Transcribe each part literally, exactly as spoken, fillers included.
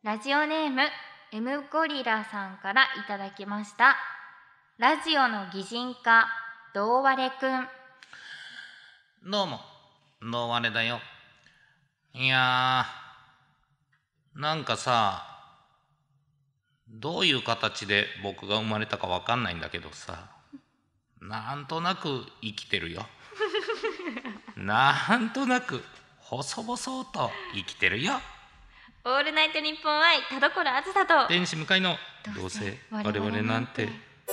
ラジオネーム M ゴリラさんからいただきました。ラジオの擬人化、どうわれくん。 どうも、どうわれだよ。いやー、なんかさ、どういう形で僕が生まれたかわかんないんだけどさ、なんとなく生きてるよ。なんとなく細々と生きてるよ。 オールナイトニッポン愛、田所あずさと天使向かいのどうせ我々なんて。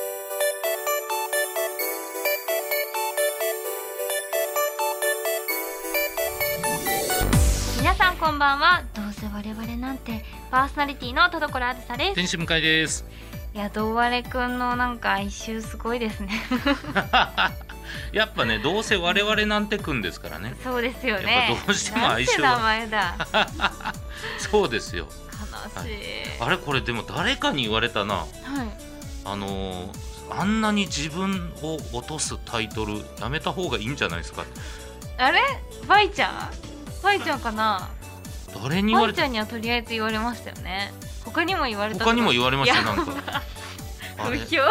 皆さんこんばんは。どうせ我々なんて、パーソナリティの田所あずさです。 天使向かいです。 いや、どうわれくんのなんか哀愁すごいですね。 やっぱね、どうせ我々なんてくんですからね。 そうですよね。 やっぱどうしても哀愁はなんて名前だ。 そうですよ。 悲しい、 はい、あれこれでも誰かに言われたな、はい、あのー、あんなに自分を落とすタイトルやめた方がいいんじゃないですか。あれバイちゃんバイちゃんかな。 誰に言われた。 バイちゃんにはとりあえず言われましたよね。他にも言われた。 他にも言われました。なんか不評。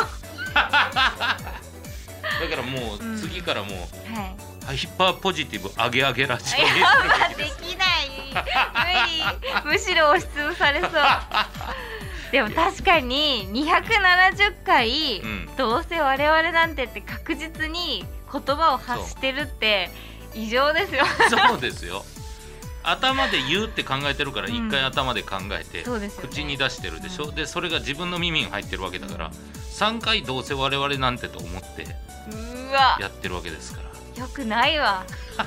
だからもう、うん、次からもう、 はい、 ハイパーポジティブ上げ上げラジオにするべきです。 できない無理。むしろ押しつぶされそう。でも確かににひゃくななじゅっかい、うん、どうせ我々なんてって確実に言葉を発してるって異常ですよ。 そうですよ。頭で言うって考えてるから一回頭で考えて、うんね、口に出してるでしょ、うん、でそれが自分の耳に入ってるわけだからさんかいどうせ我々なんてと思ってやってるわけですから。 よくないわ。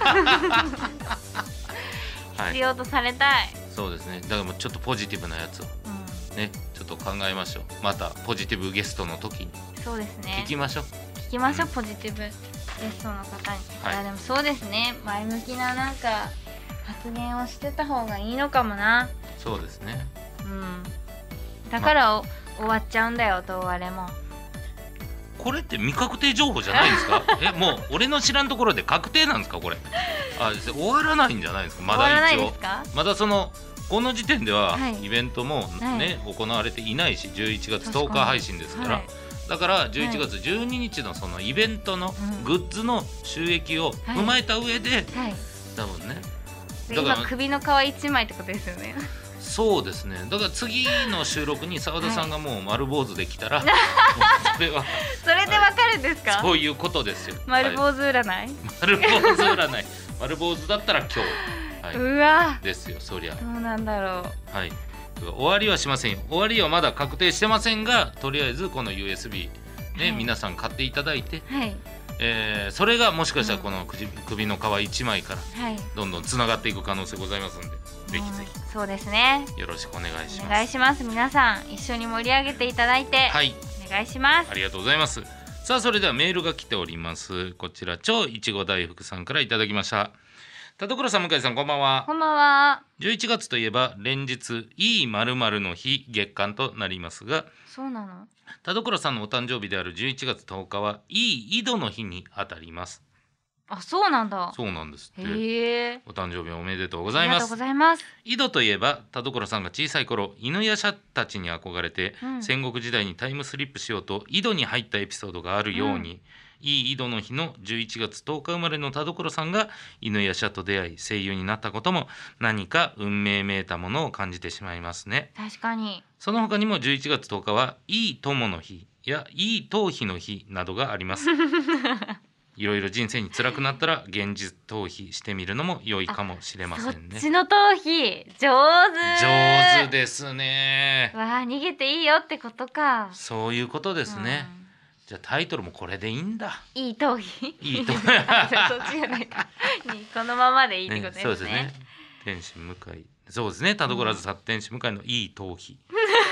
必要とされたい、はい、 そうですね。だからもうちょっとポジティブなやつを、うん、ね、ちょっと考えましょう。またポジティブゲストの時にそうですね、 聞きましょう聞きましょう、うん、ポジティブゲストの方に、はい、いやでもそうですね、前向きななんか発言をしてた方がいいのかもな。 そうですね、 うん、だから、ま、終わっちゃうんだよ、どうあれも。 これって未確定情報じゃないですか。え、もう俺の知らんところで確定なんですかこれ。あ、終わらないんじゃないですか。まだ一応まだそのこの時点ではイベントもね、はい、行われていないしじゅういちがつとおか配信ですから、はい、だからじゅういちがつじゅうににちのそのイベントのグッズの収益を踏まえた上で、はいはい、多分ね、 だから今首の皮一枚ってことですよね。 そうですね。だから次の収録に澤田さんがもう丸坊主できたら、はい、それはそれでわかるんですか、はい、 そういうことですよ。 丸坊主占い、はい、 丸坊主占い丸坊主だったら今日、はい、 うわですよ。そりゃどうなんだろう。はい、終わりはしませんよ。終わりはまだ確定してませんが、とりあえずこの ユーエスビー、ね、はい、皆さん買っていただいて、はい、えー、それがもしかしたらこの首の皮一枚からどんどんつながっていく可能性ございますので、はい、ぜひぜひ、 うん、そうですね、 よろしくお願いします。 お願いします。皆さん一緒に盛り上げていただいて、はい、お願いします。 ありがとうございます。さあそれではメールが来ております。こちら超いちご大福さんからいただきました。田所さん、向井さん、こんばんは。 こんばんは。 じゅういちがつといえば連日いい〇〇の日月間となりますが、 そうなの。 田所さんのお誕生日であるじゅういちがつとおかはいい井戸の日にあたります。 あ、そうなんだ。 そうなんですって。 へー、 お誕生日おめでとうございます。 ありがとうございます。 井戸といえば田所さんが小さい頃、犬や舎たちに憧れて、うん、戦国時代にタイムスリップしようと井戸に入ったエピソードがあるように、うん、いい井戸の日のじゅういちがつとおか生まれの田所さんが犬や舎と出会い声優になったことも何か運命めいたものを感じてしまいますね。 確かに。 その他にもじゅういちがつとおかはいい友の日やいい頭皮の日などがあります。いろいろ人生に辛くなったら現実逃避してみるのも良いかもしれませんね。 そっちの逃避上手。 上手ですね。 わあ、逃げていいよってことか。 そういうことですね、うん、じゃあタイトルもこれでいいんだ。 いい逃避。 いい逃避。 そっちじゃないか。このままでいいってことですね。 そうですね。天使向井、そうですね。田所あずさ天使向井のいい逃避。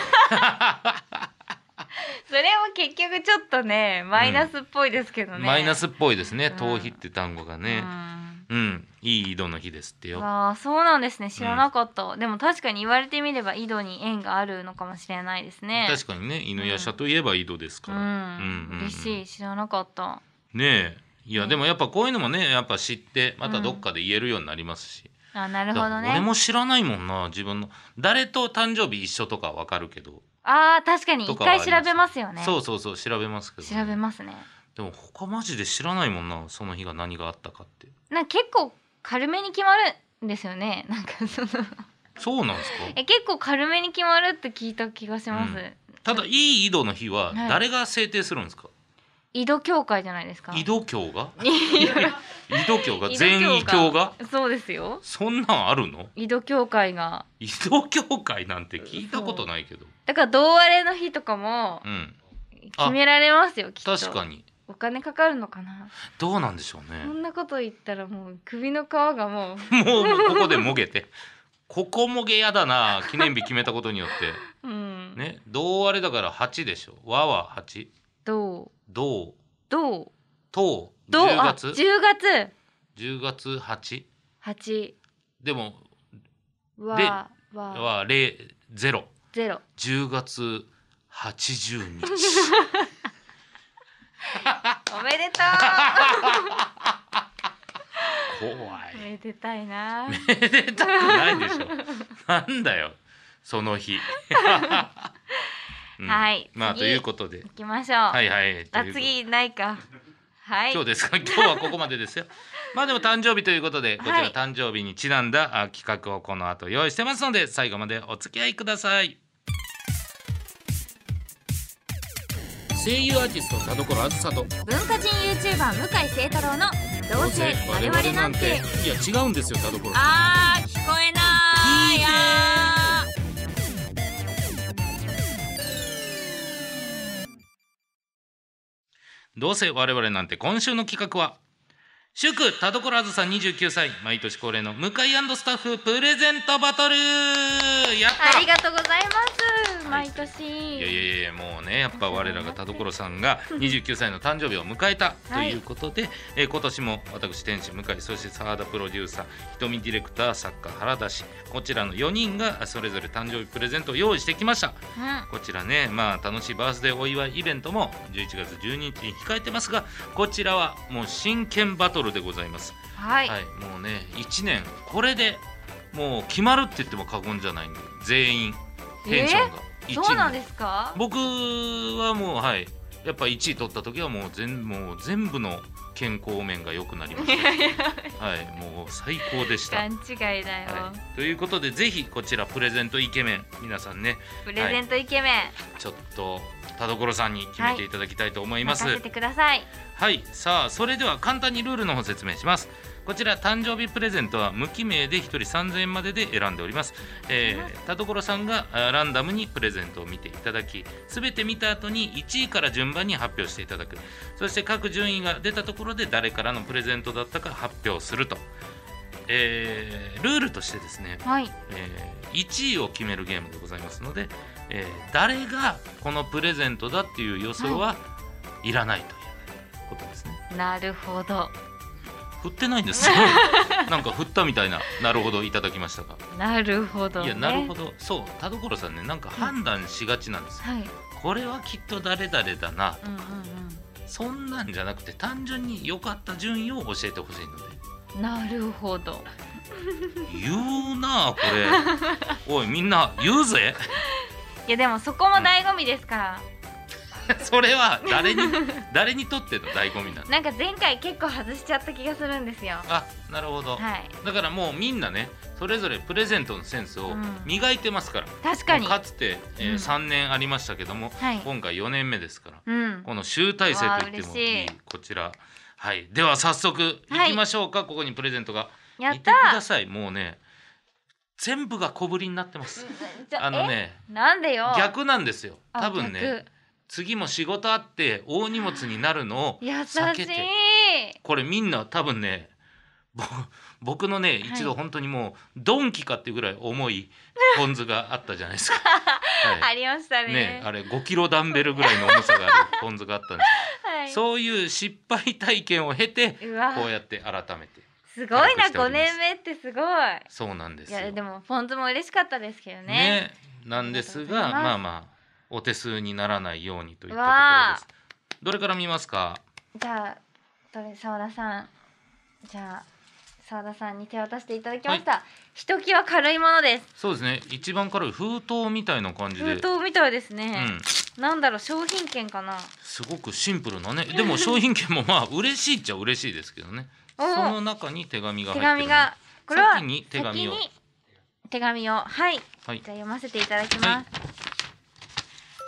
それも結局ちょっとねマイナスっぽいですけどね、 うん、マイナスっぽいですね、逃避って単語がね、うん、うん、いい井戸の日ですってよ。 ああ、そうなんですね。知らなかった、うん、でも確かに言われてみれば井戸に縁があるのかもしれないですね。 確かにね、犬や舎といえば井戸ですから、うんうんうん、嬉しい。知らなかったねえ。いや、でもやっぱこういうのもね、やっぱ知ってまたどっかで言えるようになりますし、 あ、なるほどね。 俺も知らないもんな、自分の誰と誕生日一緒とかわかるけど。 あー、確かに一回調べますよね。 そうそうそう、調べますけど、ね、 調べますね。 でも他マジで知らないもんな、その日が何があったかって。 なんか結構軽めに決まるんですよね。なんかそのそうなんですか。 え、結構軽めに決まるって聞いた気がします、うん、 ただいい井戸の日は誰が制定するんですか。はい、 井戸協会じゃないですか。 井戸協が井戸協が全井協がそうですよ。 そんなんあるの。 井戸協会が。 井戸協会なんて聞いたことないけど。 だから胴割れの日とかも決められますよ、うん、きっと。 確かに。 お金かかるのかな。 どうなんでしょうね。 そんなこと言ったらもう首の皮がもうもうここでもげてここもげやだな、記念日決めたことによって、うん、ね、胴割れだからはちでしょ。和ははち。 どうどうどうとじゅうがつじゅうがつじゅうがつはちはちでもわはゼロゼロじゅうがつはちじゅうにちおめでとう怖い。 めでたいな。 めでたくないでしょなんだよその日うん、はい、まあということで行きましょう。 はいはい。 あ、次ないか。はい。 今日ですか。今日はここまでですよ。まあでも誕生日ということで、こちら誕生日にちなんだ企画をこの後用意してますので、最後までお付き合いください。声優アーティスト田所あずさと文化人 YouTuber 向井聖太郎のどうせ我々なんて。 いや違うんですよ田所。 あー、聞こえないー。 どうせ我々なんて。今週の企画は祝田所あずさにじゅうきゅうさい、毎年恒例の向井&スタッフプレゼントバトル。やった。 ありがとうございます、はい、毎年。 いやいやいや、もうね、やっぱ我らが田所さんがにじゅうきゅうさいの誕生日を迎えたということで、はい、えー、今年も私天使向井、そして澤田プロデューサー、瞳ディレクター、作家原田氏、こちらのよにんがそれぞれ誕生日プレゼントを用意してきました、うん、こちらね、まあ楽しいバースデーお祝いイベントもじゅういちがつじゅうににちに控えてますが、こちらはもう真剣バトルでございます。 はい、 はい、もうねいちねんこれでもう決まるって言っても過言じゃないんで、全員テンションがいちい、 えー、そうなんですか。 僕はもうはいやっぱいちい取った時はもう 全, もう全部の健康面が良くなりましたはい、もう最高でした。 勘違いだよ、はい、ということでぜひこちらプレゼントイケメン皆さんね、 プレゼントイケメン、はい、 ちょっと田所さんに決めていただきたいと思います、 はい、任せてください。 はい、さあそれでは簡単にルールの方説明します。こちら誕生日プレゼントは無記名でひとりさんぜんえんまでで選んでおります、えー、田所さんがランダムにプレゼントを見ていただき、すべて見た後にいちいから順番に発表していただく。そして各順位が出たところで誰からのプレゼントだったか発表すると、えー、ルールとしてですね、 はい、 えー、いちいを決めるゲームでございますので、えー、誰がこのプレゼントだっていう予想はいらないということですね、 はい、なるほど。 振ってないんですよなんか振ったみたいな、なるほどいただきましたが。 なるほど、ね、 いやなるほど、そう田所さんね、なんか判断しがちなんですよ、はい、これはきっと誰々だなとか、うんうんうん、そんなんじゃなくて単純に良かった順位を教えてほしいので。 なるほど言うなこれおいみんな言うぜいやでもそこも醍醐味ですから、 うん、それは誰に誰にとっての醍醐味なの。 なんか前回結構外しちゃった気がするんですよ。 あ、なるほど、はい、だからもうみんなねそれぞれプレゼントのセンスを磨いてますから、うん、 確かにかつて、えーうん、さんねんありましたけども、はい、今回よねんめですから、うん、この集大成と言ってもいいこちら、はい、では早速いきましょうか、はい、ここにプレゼントが。 やった。 見てください、もうね全部が小ぶりになってます。あのね、 なんでよ。 逆なんですよ多分ね。次も仕事あって大荷物になるのを避けて、 優しい。 これみんな多分ね僕のね、はい、一度本当にもうドンキかっていうぐらい重いポン酢があったじゃないですか、 はい、ありました ね, ねあれごキロダンベルぐらいの重さがあるポン酢があったんです、はい、そういう失敗体験を経てこうやって改めて。 すごいな、ごねんめってすごい。 そうなんですよ。 いやでもポン酢も嬉しかったですけどね。 ねなんですが、まあまあお手数にならないようにといったところです。どれから見ますか。 じゃあどれ、澤田さん。じゃあ澤田さんに手渡していただきました、はい、ひときわ軽いものです。 そうですね、一番軽い封筒みたいな感じで。 封筒みたいですね、うん、なんだろう、商品券かな。 すごくシンプルなね。でも商品券もまあ嬉しいっちゃ嬉しいですけどね。その中に手紙が入ってる、ね、 手紙が、これは先に手紙を先に手紙を、はい、はい、じゃあ読ませていただきます、はい、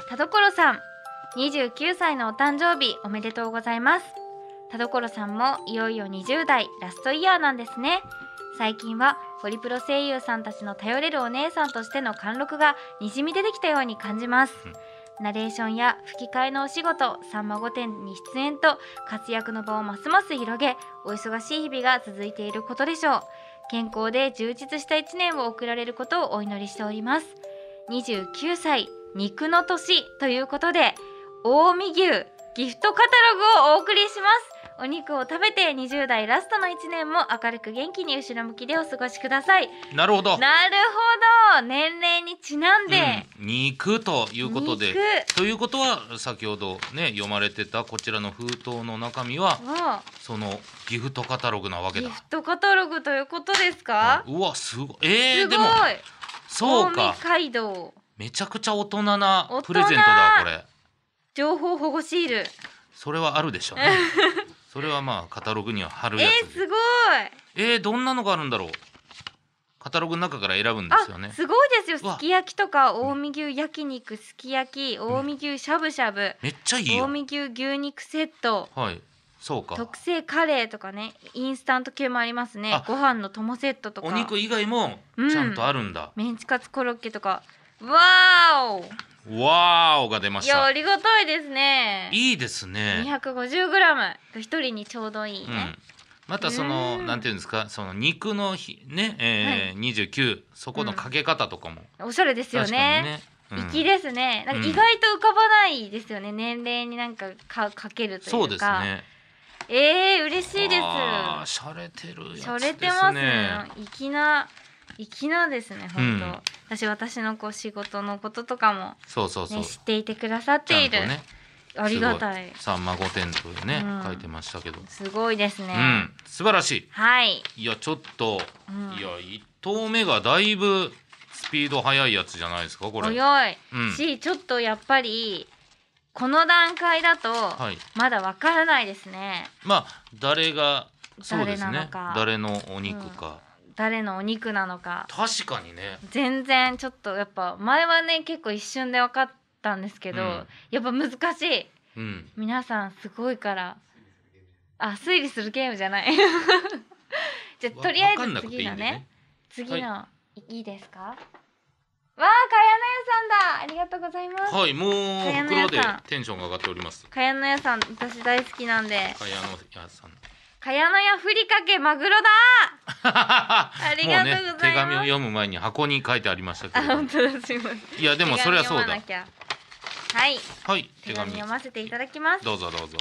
田所さん、にじゅうきゅうさいのお誕生日おめでとうございます。田所さんもいよいよにじゅう代ラストイヤーなんですね。最近はホリプロ声優さんたちの頼れるお姉さんとしての貫禄がにじみ出てきたように感じます、うん、ナレーションや吹き替えのお仕事、さんま御殿に出演と活躍の場をますます広げ、お忙しい日々が続いていることでしょう。健康で充実したいちねんを送られることをお祈りしております。にじゅうきゅうさい肉の年ということで、近江牛ギフトカタログをお送りします。お肉を食べてにじゅう代ラストのいちねんも明るく元気に後ろ向きでお過ごしください。 なるほどなるほど、年齢にちなんで、 うん、肉ということで、ということは先ほどね読まれてたこちらの封筒の中身はそのギフトカタログなわけだ。 ギフトカタログということですか。 うわ、すごい。えー、でもそうか、 近江街道、 めちゃくちゃ大人なプレゼントだこれ。 情報保護シール、 それはあるでしょうねそれはまあカタログには貼るやつ。 えー、すごい。 えー、どんなのがあるんだろう。カタログの中から選ぶんですよね。 すごいですよ。すき焼きとか近江牛焼肉、すき焼き、近江牛しゃぶしゃぶ、うん、 めっちゃいいよ。 近江牛牛肉セット、 はい、そうか。 特製カレーとかね、インスタント系もありますね。ご飯の友セットとか、 お肉以外もちゃんとあるんだ、 うん、メンチカツコロッケとか。わーお、 わーおが出ました。 いや、ありがたいですね。 いいですね。 にひゃくごじゅうグラム ひとりにちょうどいいね、うん、 またそのなんていうんですか、その肉の日ね、えーはい、にじゅうきゅう、そこのかけ方とかも、 うん、おしゃれですよね。粋ですね。なんか意外と浮かばないですよね、うん、年齢になんか か, かけるというか。そうですね。えー、嬉しいです。 あー、しゃれてるやつですね。しゃれてますね。粋な粋なですね、本当、うん、私私のこう仕事のこととかも、ね、 そうそうそう、 知っていてくださっている、ね、ありがたい。 さんま御殿とね、うん、書いてましたけど、 すごいですね、 うん、素晴らしい。 はい。 いやちょっと、うん、いやいっ投目がだいぶスピード速いやつじゃないですかこれ。 速い、うん、し、ちょっとやっぱりこの段階だとまだわからないですね、 はい、まあ誰がそうですね、誰のお肉か、うん、 誰のお肉なのか。 確かにね、 全然ちょっとやっぱ前はね結構一瞬で分かったんですけど、うん、やっぱ難しい、うん、皆さんすごいから。あ、推理するゲームじゃないじゃあとりあえず次の ね, ね次の、はい、いいですか。わあ、かやのやさんだ、ありがとうございます。 はい、もう袋でテンションが上がっております。 かやのやさん私大好きなんで。 かやのやさん、 かやのやふりかけマグロだありがとうございます。 もうね、手紙を読む前に箱に書いてありましたけど。 あ、本当だ、すいません。 いやでもそれはそうだ。はいはい、手紙読ませていただきます。 どうぞどうぞ。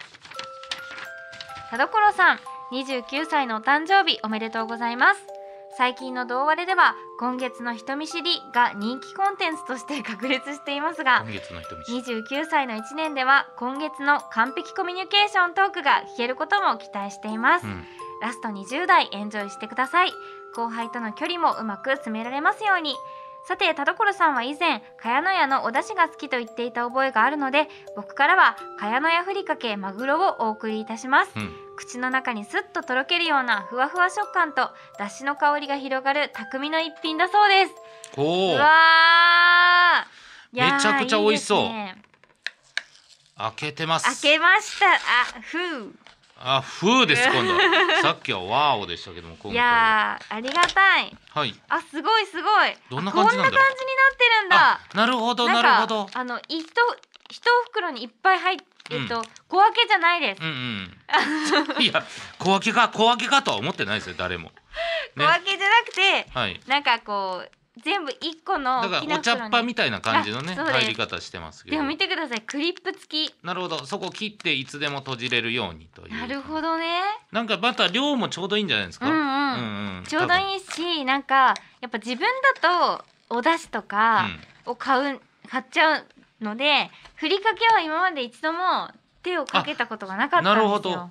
田所さん、にじゅうきゅうさいのお誕生日おめでとうございます。最近の同割れでは今月の人見知りが人気コンテンツとして確立していますが、 今月の人見知り、 にじゅうきゅうさいのいちねんでは今月の完璧コミュニケーショントークが聞けることも期待しています、うん、ラストにじゅう代エンジョイしてください。後輩との距離もうまく詰められますように。さて、田所さんは以前茅野屋のお出汁が好きと言っていた覚えがあるので、僕からは茅野屋ふりかけマグロをお送りいたします、うん、口の中にスッととろけるようなふわふわ食感と出汁の香りが広がる匠の一品だそうです。 おー、 うわー、めちゃくちゃ美味しそう。いいですね。開けてます。 開けました。あ、ふうあ、ふうです今度さっきはワーオでしたけども、今回いやーありがたい。 はい。 あ、すごいすごい。 どんな感じなんだろう。こんな感じになってるんだ。 なるほどなるほど。 あの一一袋にいっぱい入って、えっと、うん、小分けじゃないです。うんうん。いや小分けか小分けかとは思ってないですよ誰も、ね、 小分けじゃなくて、はい、なんかこう全部一個のだからお茶っ葉みたいな感じのね入り方してますけど。 でも見てください、クリップ付き。 なるほど、そこ切っていつでも閉じれるようにという。 なるほどね。 なんかまた量もちょうどいいんじゃないですか。うんうん、うんうん、 ちょうどいいし、なんかやっぱ自分だとお出汁とかを買う、買っちゃうので、ふりかけは今まで一度も手をかけたことがなかったんですよ。 なるほど。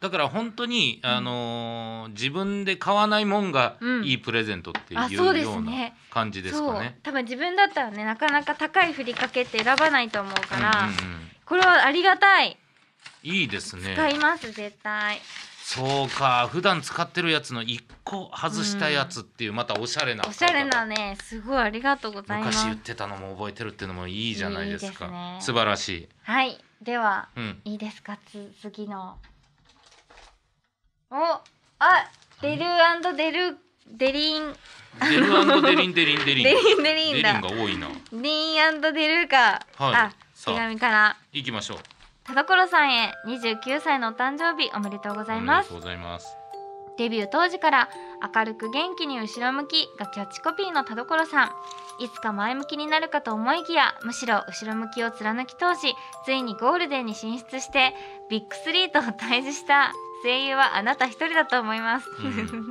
だから本当に、あのー、自分で買わないもんがいいプレゼントっていう、うん、ような感じですかね。 多分自分だったらねなかなか高いふりかけって選ばないと思うから、うんうんうん、これはありがたい。 いいですね。 使います絶対。 そうか、普段使ってるやつのいっこ外したやつっていう、うん、またおしゃれなおしゃれなね、すごいありがとうございます。 昔言ってたのも覚えてるっていうのもいいじゃないですか。いいですね、素晴らしい。 はい、では、うん、いいですか、次の。お、あ、デル&デルデリンデル&デリンデリンデリンデリンデリンだ。 デリンが多いな。 デリン&デルか、はい、あ、手紙からいきましょう。 田所さんへにじゅうきゅうさいのお誕生日おめでとうございます。 おめでとうございます。 デビュー当時から明るく元気に後ろ向きがキャッチコピーの田所さん。いつか前向きになるかと思いきや、むしろ後ろ向きを貫き通し、ついにゴールデンに進出してビッグスリーと対峙した声優はあなた一人だと思います、うん、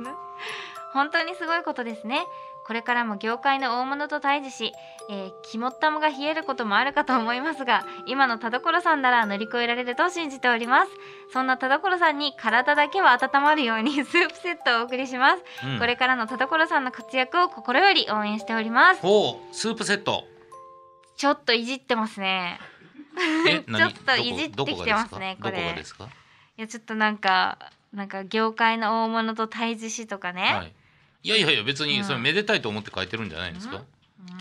本当にすごいことですね。これからも業界の大物と対峙し、えー、肝っ玉が冷えることもあるかと思いますが、今の田所さんなら乗り越えられると信じております。そんな田所さんに体だけは温まるようにスープセットをお送りします、うん、これからの田所さんの活躍を心より応援しております。 お、スープセットちょっといじってますねちょっといじってきてますね。これどこがですか？ いやちょっとなんかなんか業界の大物と対峙しとかね、はい、 いやいやいや別にそれめでたいと思って書いてるんじゃないんですか、うん、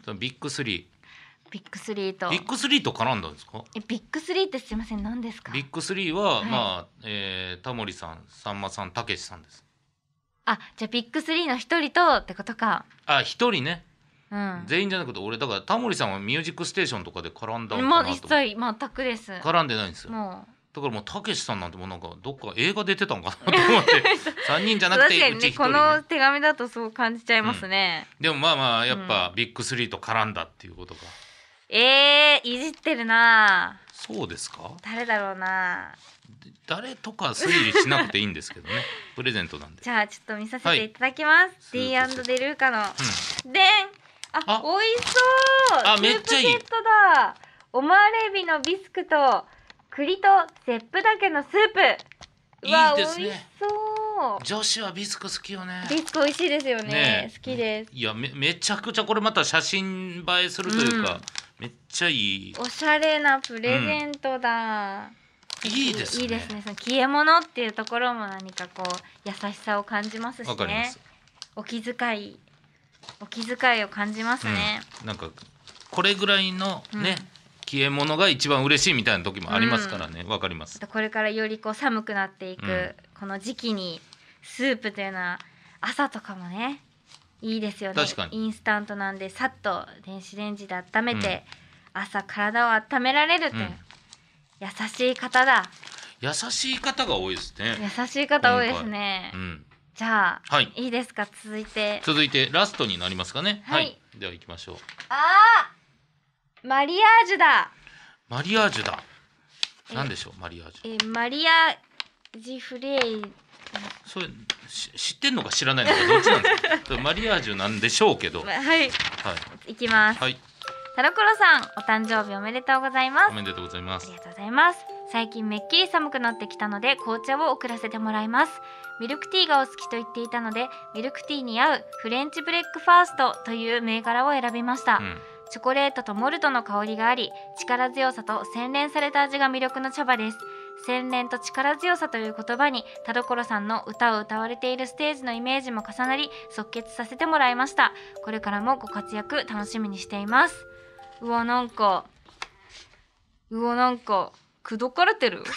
そのビッグスリービッグスリーとビッグスリーと絡んだんですか？ えビッグスリーってすいません何ですか？ ビッグスリーは、はい、まあ、えー、タモリさん、さんまさん、たけしさんです。 あ、じゃあビッグスリーの一人とってことか。 あ、一人ね、うん、全員じゃなくて俺だからタモリさんはミュージックステーションとかで絡んだのかなと。 まあ一切全くです。 絡んでないんですよ。もうだからもうたけしさんなんてもうなんかどっか映画出てたんかなと思ってさんにんじゃなくてうちひとり、ね、 この手紙だとそう感じちゃいますね、 うん、でもまあまあやっぱ、うん、ビッグスリーと絡んだっていうことか。 えー、いじってるな。 そうですか？誰だろうな。 誰とか推理しなくていいんですけどねプレゼントなんで。 じゃあちょっと見させていただきます、はい、ディーアンド デルーカの、うん、でん、あ、あ、美味しそう。 あ、めっちゃいい。 スープセットだ。オマールエビのビスクと栗とゼップだけのスープ。 いいですね。 美味しそう。 女子はビスク好きよね。 ビスク美味しいですよね。ね、好きです。 いや め, めちゃくちゃこれまた写真映えするというか、うん、めっちゃいい。 おしゃれなプレゼントだ。 うん、いいですね。 いいですね。その消え物っていうところも何かこう優しさを感じますしね。わかります。お気遣いお気遣いを感じますね。 うん、なんかこれぐらいのね。うん、消え物が一番嬉しいみたいな時もありますからね。わ、うん、かります。 これからよりこう寒くなっていく、うん、この時期にスープというのは朝とかもねいいですよね。 確かにインスタントなんでさっと電子レンジで温めて、うん、朝体を温められるって、うん、優しい方だ。 優しい方が多いですね。 優しい方多いですね、うん、じゃあ、はい、いいですか。続いて続いてラストになりますかね。はい、はい、では行きましょう。 あー、マリアージュだ。 マリアージュだ。なんでしょうマリアージュ。 えマリアージュフレイ。 それ知ってんのか知らないのかどっちなんですかマリアージュなんでしょうけど。はい。はい。 いきます。はい。田所さん、お誕生日おめでとうございます。 おめでとうございます。 ありがとうございます。最近めっきり寒くなってきたので紅茶を送らせてもらいます。ミルクティーがお好きと言っていたのでミルクティーに合うフレンチブレックファーストという銘柄を選びました。うん、チョコレートとモルトの香りがあり、力強さと洗練された味が魅力の茶葉です。洗練と力強さという言葉に田所さんの歌を歌われているステージのイメージも重なり即決させてもらいました。これからもご活躍楽しみにしています。うわ、なんかうわなんか口説かれてる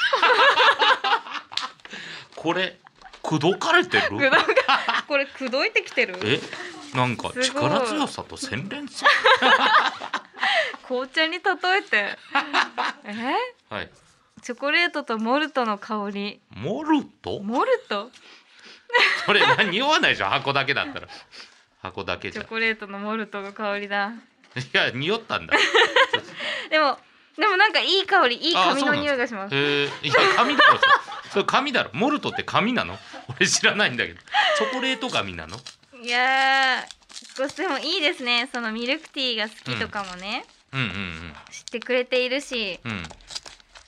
これ口説かれてるこれ口説いてきてる。 え、なんか力強さと洗練さ紅茶に例えてえ、はい、チョコレートとモルトの香り。 モルトモルトそれ匂わないでしょ箱だけだったら。箱だけじゃチョコレートのモルトの香りだ。 いや匂ったんだでもでもなんかいい香り、いい紙の匂いがします。 へえ、いや紙だろそれ紙だろ。モルトって紙なの？俺知らないんだけど。チョコレート紙なの？ いやー、少しでもいいですね。そのミルクティーが好きとかもね、 うん、うんうんうん、 知ってくれているし、うん、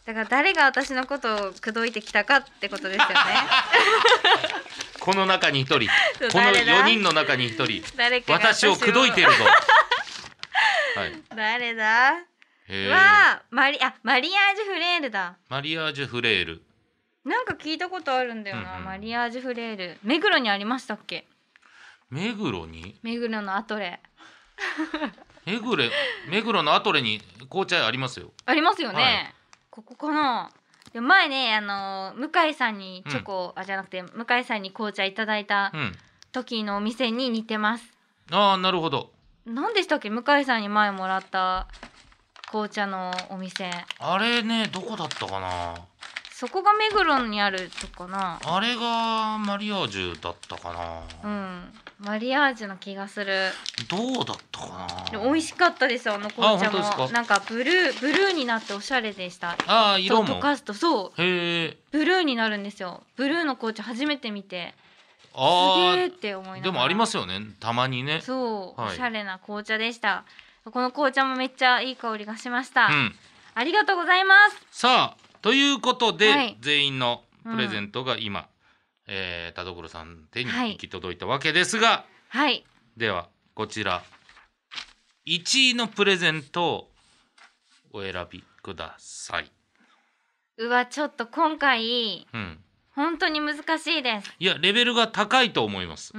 だから誰が私のことを口説いてきたかってことですよねこの中に一人このよにんの中に一人私を口説いてるぞはい、 誰だわマリあマリアージュフレールだ。 マリアージュフレールなんか聞いたことあるんだよな、うんうん、マリアージュフレール目黒にありましたっけ。 目黒に目黒のアトレ目黒目黒のアトレに紅茶屋ありますよ。 ありますよね、はい、ここかな。で前ねあの向井さんにチョコ、うん、あじゃなくて向井さんに紅茶いただいた時のお店に似てます、 うん、ああなるほど。 何でしたっけ向井さんに前もらった紅茶のお店。 あれねどこだったかな。 そこが目黒にあるとかな。 あれがマリアージュだったかな。 うんマリアージュの気がする。 どうだったかな。 でも美味しかったですよあの紅茶も。なんかブルーブルーになっておしゃれでした。 ああ色も溶かすとそうへえブルーになるんですよ。ブルーの紅茶初めて見てあすげーって思いながら。 でもありますよねたまにね。 そう、はい、おしゃれな紅茶でした。この紅茶もめっちゃいい香りがしました、うん、ありがとうございます。 さあということで、はい、全員のプレゼントが今、うんえー、田所さん手に行き届いたわけですが、 はい、 ではこちらいちいのプレゼントをお選びください。 うわちょっと今回、うん、本当に難しいです。 いやレベルが高いと思います、 うんうん、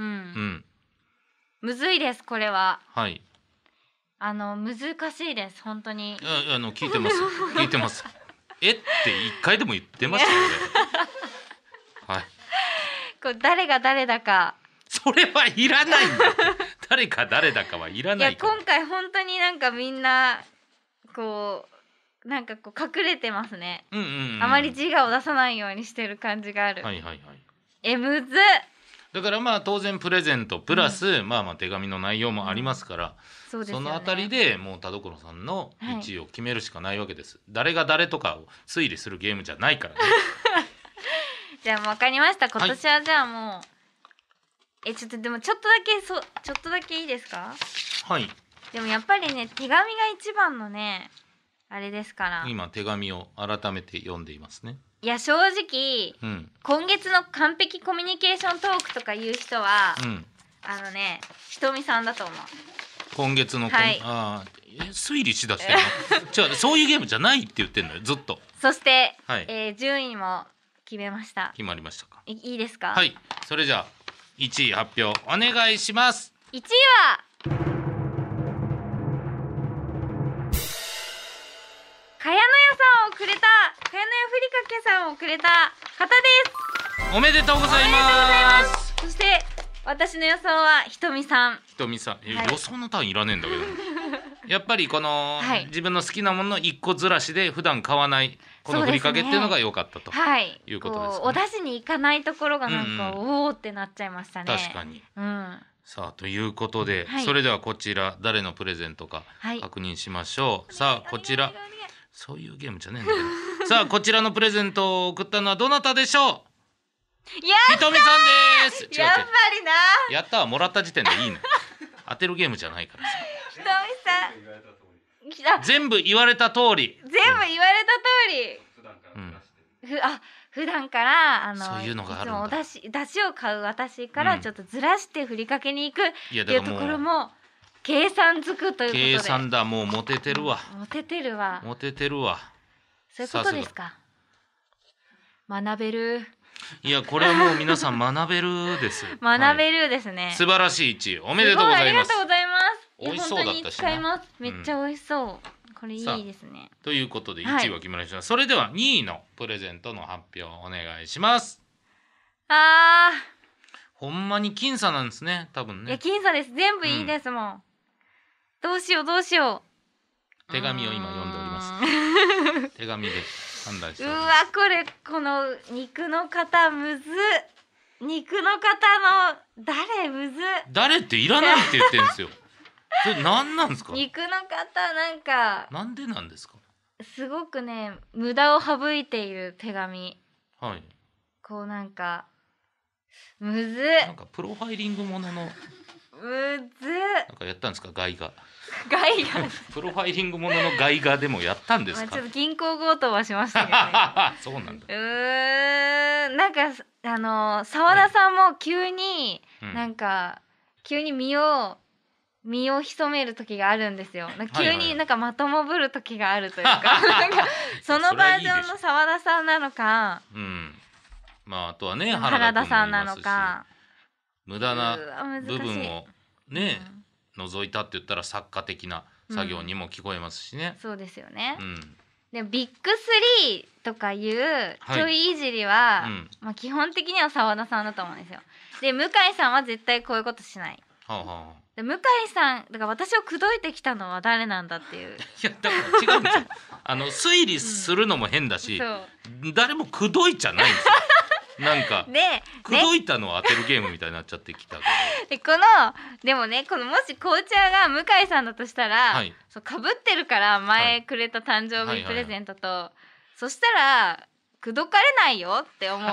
むずいですこれは。はいあの難しいです本当に。 ああの聞いてます聞いてますえって一回でも言ってましたよねはいこれ誰が誰だかそれはいらないんだ誰か誰だかはいらないから。 いや今回本当になんかみんなこうなんかこう隠れてますね、うんうんうん、あまり自我を出さないようにしてる感じがある。 はいはいはいえむずだからまあ当然プレゼントプラス、うん、まあまあ手紙の内容もありますから、うん そ, ね、そのあたりでもう田所さんのいちいを決めるしかないわけです、はい、誰が誰とかを推理するゲームじゃないからねじゃあもう分かりました今年はじゃあもう、はい、えちょっとでもちょっとだけそちょっとだけいいですか。 はいでもやっぱりね手紙が一番のねあれですから。 今手紙を改めて読んでいますね。 いや正直、うん、今月の完璧コミュニケーショントークとかいう人は、うん、あのねひとみさんだと思う。 今月の、はい、あえ推理しだしてるのじゃあそういうゲームじゃないって言ってんのよずっと。 そして、はいえー、順位も決めました。 決まりましたか。 い, いいですか。 はいそれじゃあいちい発表お願いします。 いちいはかやのやさんをくれたかやのやふりかけさんをくれた方です。 おめでとうございます。 そして私の予想はひとみさん。 ひとみさん、はい、予想の単位いらねえんだけどやっぱりこの、はい、自分の好きなもののいっこずらしで普段買わないこのふりかけっていうのが良かったと、はい、いうことですね。 お出汁に行かないところがなんか、うんうん、おおってなっちゃいましたね。 確かに、うん、さあということで、はい、それではこちら誰のプレゼントか確認しましょう、はい、さあこちらそういうゲームじゃねえんだけどさあこちらのプレゼントを送ったのはどなたでしょう。ひとみさんです。 やっぱりなやったわもらった時点でいいの当てるゲームじゃないからさ。 ひとみさん全部言われた通り全部言われた通り、うん、ふあ普段からあのそういうのがあるんだ。 いつもおだしだしを買う私からちょっとずらしてふりかけに行くっていうところも計算づくということで。 計算だもうモテてるわ、 うん、モテてるわモテてるわ。 そういうことですか。学べる。 いやこれはもう皆さん学べるです学べるですね、 はい、素晴らしいいちいおめでとうございます。 ありがとうございます。 美味しそうだったしな。 使います。めっちゃ美味しそう、うん、これいいですね。 ということでいちいは決まりました、はい、それではにいのプレゼントの発表お願いします。 あーほんまに僅差なんですね多分ね。 いや僅差です。全部いいですもん、うん、どうしようどうしよう。手紙を今読んでおります手紙で判断しております。 うわこれこの肉の方むず肉の方の誰むず誰っていらないって言ってるんですよそれ何なんですか。 肉の方なんかなんでなんですか。 すごくね無駄を省いている手紙。 はい。 こうなんかむずなんかプロファイリングもののむずなんかやったんですかガイガガイガプロファイリングもののガイガでもやったんですか、 まあ、ちょっと銀行強盗はしましたけどねそうなんだ。 うーんなんかあの澤田さんも急に、はい、なんか、うん、急に身を身を潜める時があるんですよ。なんか急になんかまともぶる時があるというか、なんかそのバージョンの澤田さんなのか、 うん、まああとはね原田さんなのか、 無駄な部分をね、うん、除いたって言ったら作家的な作業にも聞こえますしね、 うん、そうですよね、 うん、 でビッグスリーとかいうちょいいじりは、はい、うん、まあ、基本的には澤田さんだと思うんですよ。で向井さんは絶対こういうことしない、はあはあ、で向井さんだから私を口説いてきたのは誰なんだっていう。いやだから違うんですよあの推理するのも変だし、うん、誰も口説いちゃないんですよなんかで口説いたのを当てるゲームみたいになっちゃってきたけど、 でこのでもねこのもし紅茶が向井さんだとしたら、はい、そう被ってるから前くれた誕生日プレゼントと、はいはいはい、そしたら口説かれないよって思う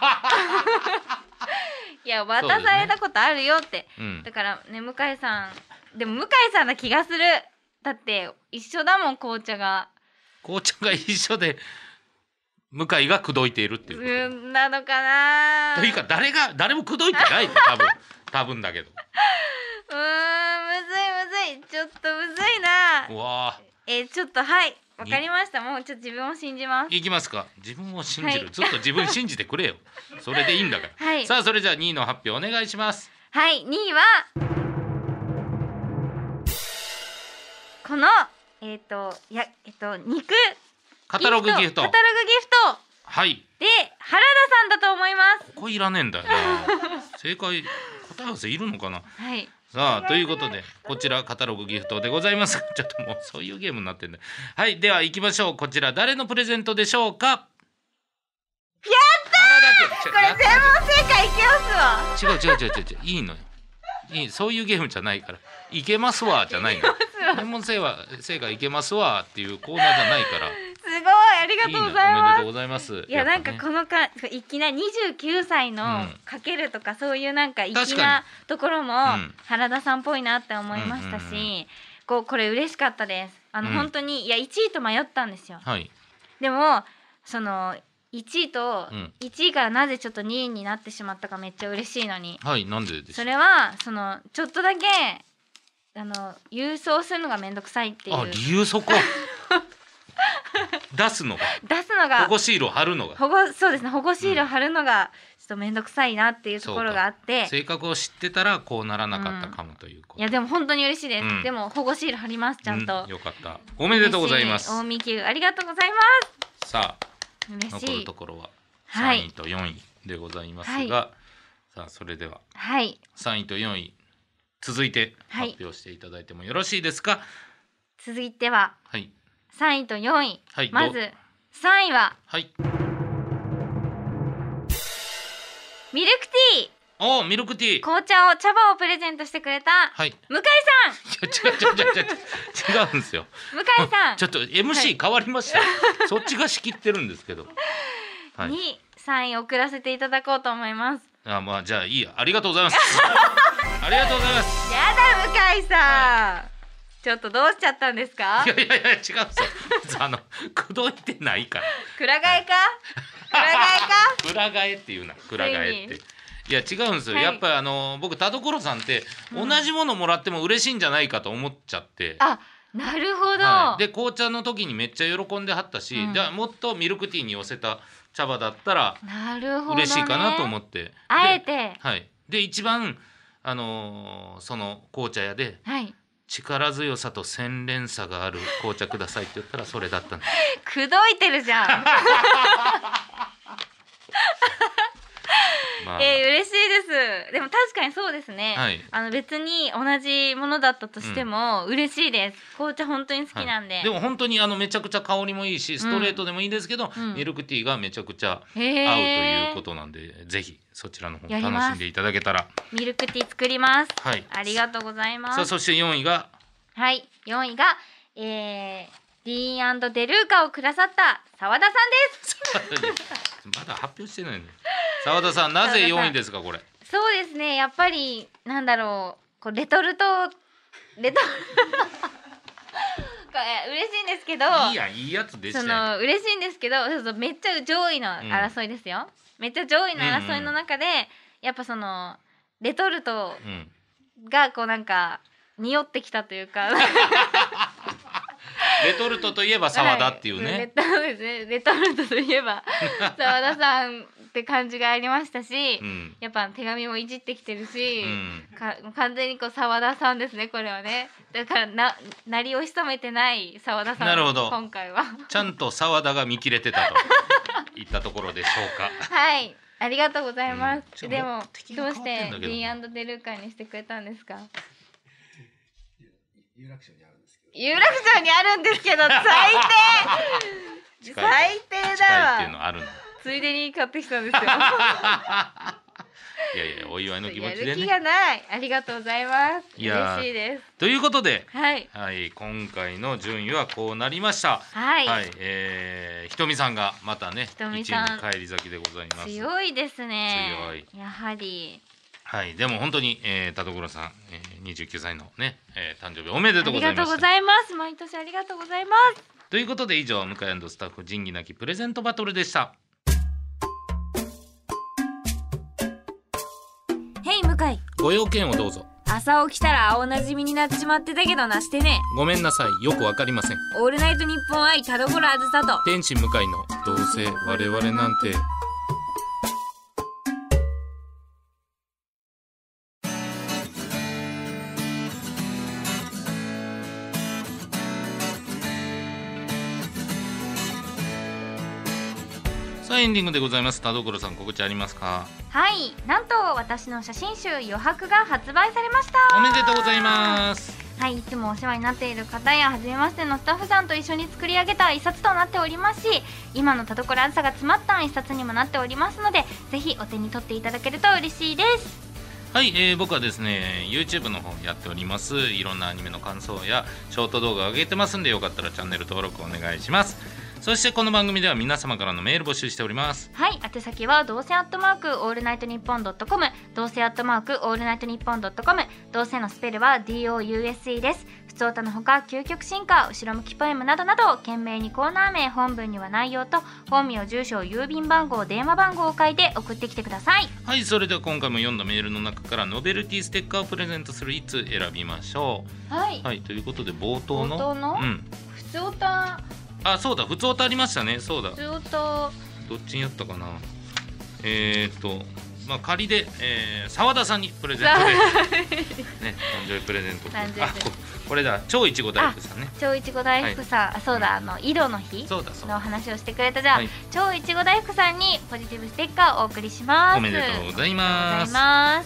いや渡されたことあるよって、ね、うん、だからね向井さんでも向井さんな気がする。だって一緒だもん紅茶が紅茶が一緒で向井が口説いているっていうことうんなのかな。 というか誰が誰も口説いてない多分多分だけどうーんむずいむずいちょっとむずいな。 うわえー、ちょっとはいわかりました。もうちょっと自分を信じます。 いきますか。自分を信じる、はい、ずっと自分信じてくれよそれでいいんだから、 はい、 さあそれじゃあにいの発表お願いします。 はい、にいはこのえっ、ー、とやえっ、ー、と肉カタログギフトカタログギフトはいで原田さんだと思います。 ここいらねえんだよな正解答え合わせいるのかな。 はい、 さあということでこちらカタログギフトでございます。ちょっともうそういうゲームになってんだ。はい、では行きましょう。こちら誰のプレゼントでしょうか。やったーこれ全問正解いけますわ。違う違う違う違う違ういいのよいいそういうゲームじゃないからいけますわじゃないの。全問正解いけますわっていうコーナーじゃないからすごいありがとうございます。 いいおめでとうございます。 いや、なんかこのかいきなりにじゅうきゅうさいのかけるとか、うん、そういうなんか粋なところも原田さんっぽいなって思いましたし、うんうんうん、こうこれ嬉しかったです。あの、うん、本当にいやいちいと迷ったんですよ、 はい、 でもそのいちいと、うん、いちいからなぜちょっとにいになってしまったかめっちゃ嬉しいのに、 はい、なんでですか。 それはそのちょっとだけあの郵送するのがめんどくさいっていう。 あ、理由そこ出すのが出すのが保護シールを貼るのが保護そうですね保護シールを貼るのがちょっとめんどくさいなっていうところがあって、 性格を知ってたらこうならなかったかもということ、 うん、いやでも本当に嬉しいです、うん、でも保護シール貼りますちゃんと、 うん、よかったおめでとうございます。 大見級ありがとうございます。 さあ嬉しい残るところはさんいとよんいでございますが、はい、さあそれでは、 はい、 さんいとよんい続いて発表していただいてもよろしいですか。はい、 続いては、 はい、 さんいとよんい、 はい、 まずさんいは、 はい、 ミルクティー。 おミルクティー紅茶を茶葉をプレゼントしてくれた、 はい、 向井さん。いや違う違う違う違う違うんですよ向井さんちょっと エムシー 変わりました、はい、そっちが仕切ってるんですけど、 はい、にさんい送らせていただこうと思います。 あ、まあじゃあいいやありがとうございますありがとうございます。 やだ向井さん、はい、ちょっとどうしちゃったんですか。 いやいやいや違うんですよあの口説いてないから。 くら替えか、はい、くら替えかくら替えっていうなくら替えっていや違うんですよ、はい、やっぱりあの僕田所さんって同じものもらっても嬉しいんじゃないかと思っちゃって、 うん、あなるほど、 はい、で紅茶の時にめっちゃ喜んではったし、うん、でもっとミルクティーに寄せた茶葉だったら嬉しいかなと思って、ね、 あえて、 はい、で一番、あのー、その紅茶屋で、 はい、 力強さと洗練さがある紅茶くださいって言ったらそれだったんです口説いてるじゃんまあ、えー、嬉しいです。でも確かにそうですね、はい、あの別に同じものだったとしても嬉しいです、うん、紅茶本当に好きなんで、はい、 でも本当にあのめちゃくちゃ香りもいいしストレートでもいいですけど、うん、ミルクティーがめちゃくちゃ合うということなんで、ぜひそちらの方楽しんでいただけたら。 ミルクティー作ります、 はい、 ありがとうございます。 さあそしてよんいがはいよんいが、えー、ディーン&デルーカをくださった澤田さんですまだ発表してないの澤田さんなぜよんいですか。これそうですねやっぱりなんだろうこうレトルトレト嬉しいんですけど、 いいやいいやつでしたよ。 その嬉しいんですけど、そうそうめっちゃ上位の争いですよ、うん、めっちゃ上位の争いの中で、うんうん、やっぱそのレトルトがこうなんか匂ってきたというかレトルトといえば澤田っていうね、はい、 レ, ですねレトルトといえば澤田さんって感じがありましたし、うん、やっぱ手紙もいじってきてるし、うん、か完全にこう澤田さんですねこれはね。だからな鳴りを潜めてない澤田さん。 なるほど、 今回はちゃんと澤田が見切れてたといったところでしょうか。 はいありがとうございます、うん、でもどうしてディーン&デルーカにしてくれたんですか。 有楽町にあるんですけど有楽町にあるんですけど最低最低だわ。 近いっていうのあるの。 ついでに買ってきたんですよいやいやお祝いの気持ちでね。 やる気がない。ありがとうございます。嬉しいです。 ということで、 はい、 はい、今回の順位はこうなりました。 はい、 はい、えー、ひとみさんがまたねいちいに返り咲きでございます。 強いですね。 強い。 やはり。 はい、でも本当に、えー、田所さん、えー、にじゅうきゅうさいのね、えー、誕生日おめでとうございました。 ありがとうございます。毎年ありがとうございます。 ということで以上向井&スタッフ仁義なきプレゼントバトルでした。 へい向井、 ご用件をどうぞ。 朝起きたら青なじみになっちまってたけどなしてね。 ごめんなさい、よくわかりません。 オールナイトニッポン愛田所あずさと天使向井のどうせ我々なんて。さあエンディングでございます。田所さん告知ありますか。 はい、なんと私の写真集余白が発売されました。 おめでとうございます。 はい、いつもお世話になっている方や初めましてのスタッフさんと一緒に作り上げた一冊となっておりますし、今の田所あずさが詰まった一冊にもなっておりますので、ぜひお手に取っていただけると嬉しいです。 はい、えー、僕はですね YouTube の方やっております。いろんなアニメの感想やショート動画を上げてますんで、よかったらチャンネル登録お願いします。そしてこの番組では皆様からのメール募集しております。 はい、宛先はどうせアットマークオールナイトニッポンドットコム、どうせアットマークオールナイトニッポンドットコム、どうせのスペルは ディーオーユーエスイー です。ふつおたのほか究極進化、後ろ向きポエムなどなど懸命にコーナー名、本文には内容と本名、住所、郵便番号、電話番号を書いて送ってきてください。 はい、それでは今回も読んだメールの中からノベルティステッカーをプレゼントするいっつう選びましょう。 はい、 はい、ということで冒頭の冒頭の、 うん、 ふつおた、 あ、そうだ、普通歌ありましたね。そうだ、 普通歌どっちにやったかな。えー、っとまあ仮で、えー、澤田さんにプレゼントでね、誕生日プレゼント。あ、こ, これだ、超いちご大福さんね。 超いちご大福さん、はい、あ、そうだ、あの井戸の日の話をしてくれたじゃあ、はい、超いちご大福さんにポジティブステッカーをお送りします。 おめでとうございます。はい、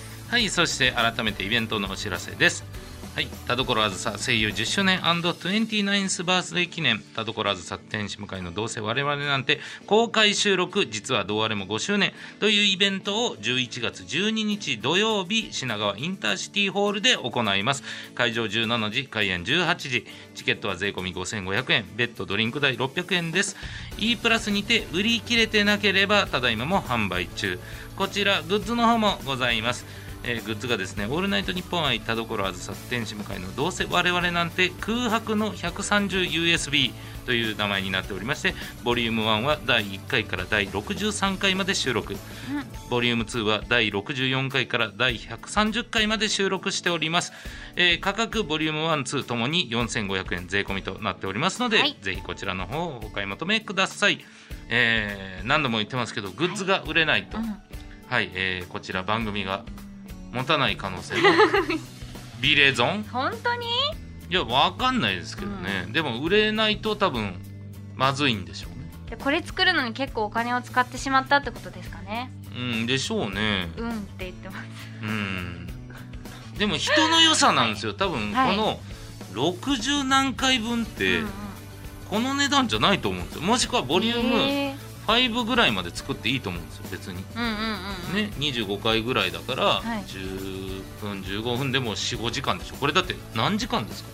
そして改めてイベントのお知らせです。はい、田所あずさ声優じゅっしゅうねん &にじゅうきゅう バースデー記念、田所あずさ天使向井のどうせ我々なんて公開収録、実はどうあれもごしゅうねんというイベントをじゅういちがつじゅうににち土曜日、品川インターシティホールで行います。会場じゅうしちじ、開演じゅうはちじ、チケットは税込みごせんごひゃくえん、別途ドリンク代ろっぴゃくえんです。 E プラスにて売り切れてなければただいまも販売中。こちらグッズの方もございます。えー、グッズがですね、オールナイトニッポン愛田所あずさ天使向井のどうせ我々なんて空白の ひゃくさんじゅうユーエスビー という名前になっておりまして、ボリュームワンはだいいっかいからだいろくじゅうさんかいまで収録、うん、ボリュームツーはだいろくじゅうよんかいからだいひゃくさんじゅっかいまで収録しております。えー、価格ボリュームワン、ツーともによんせんごひゃくえん税込みとなっておりますので、はい、ぜひこちらの方をお買い求めください。えー、何度も言ってますけどグッズが売れないと、はい、はい、えー、こちら番組が持たない可能性もビレゾン本当に？ いや、わかんないですけどね、うん、でも売れないと多分まずいんでしょうね。 でこれ作るのに結構お金を使ってしまったってことですかね。 うんでしょうね。 うんって言ってます。 うんでも人の良さなんですよ、はい、多分このろくじゅうなんかいぶんってこの値段じゃないと思うんですよ。もしくはボリューム、えーごぐらいまで作っていいと思うんですよ、別に、 うんうんうんうん、 ね、にじゅうごかいぐらいだから、はい、じゅっぷんじゅうごふんでもよん、ごじかんでしょ。これだって何時間ですか。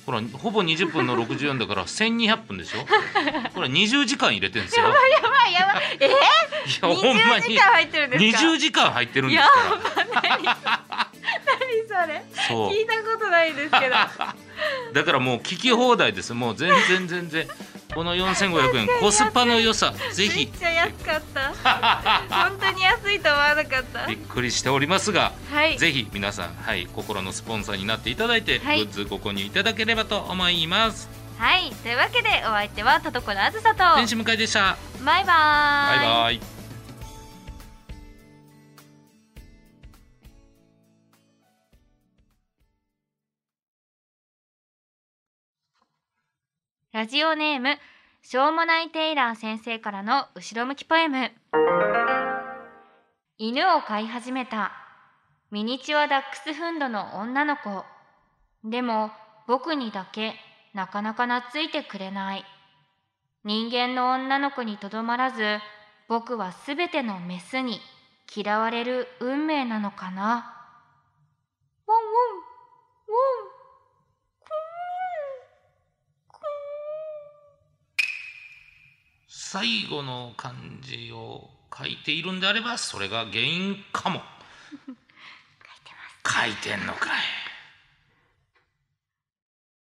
ほらほぼにじゅっぷんのろくじゅうよんだからせんにひゃっぷんでしょこれにじゅうじかん入れてるんですよ。 やばいやばいやばいえー、にじゅうじかん入ってるんですか。 にじゅうじかん入ってるんですから。 何何それ、そう聞いたことないですけどだからもう聞き放題です。もう全然全然このよんせんごひゃくえんコスパの良さ、ぜひ。 めっちゃ安かった本当に安いと思わなかった。 びっくりしておりますが、 はい、 ぜひ皆さん、はい、心のスポンサーになっていただいて、はい、グッズご購入いただければと思います。 はい、というわけでお相手は田所あずさと天使向井でした。 バイバーイ。 バイバイ。 ラジオネームしょうもないテイラー先生からの後ろ向きポエム。犬を飼い始めた。ミニチュアダックスフンドの女の子。でも僕にだけなかなか懐いてくれない。人間の女の子にとどまらず、僕はすべてのメスに嫌われる運命なのかな。ウォンウォンウォン。 最後の漢字を書いているんであればそれが原因かも。 書いてます。 書いてんのかい。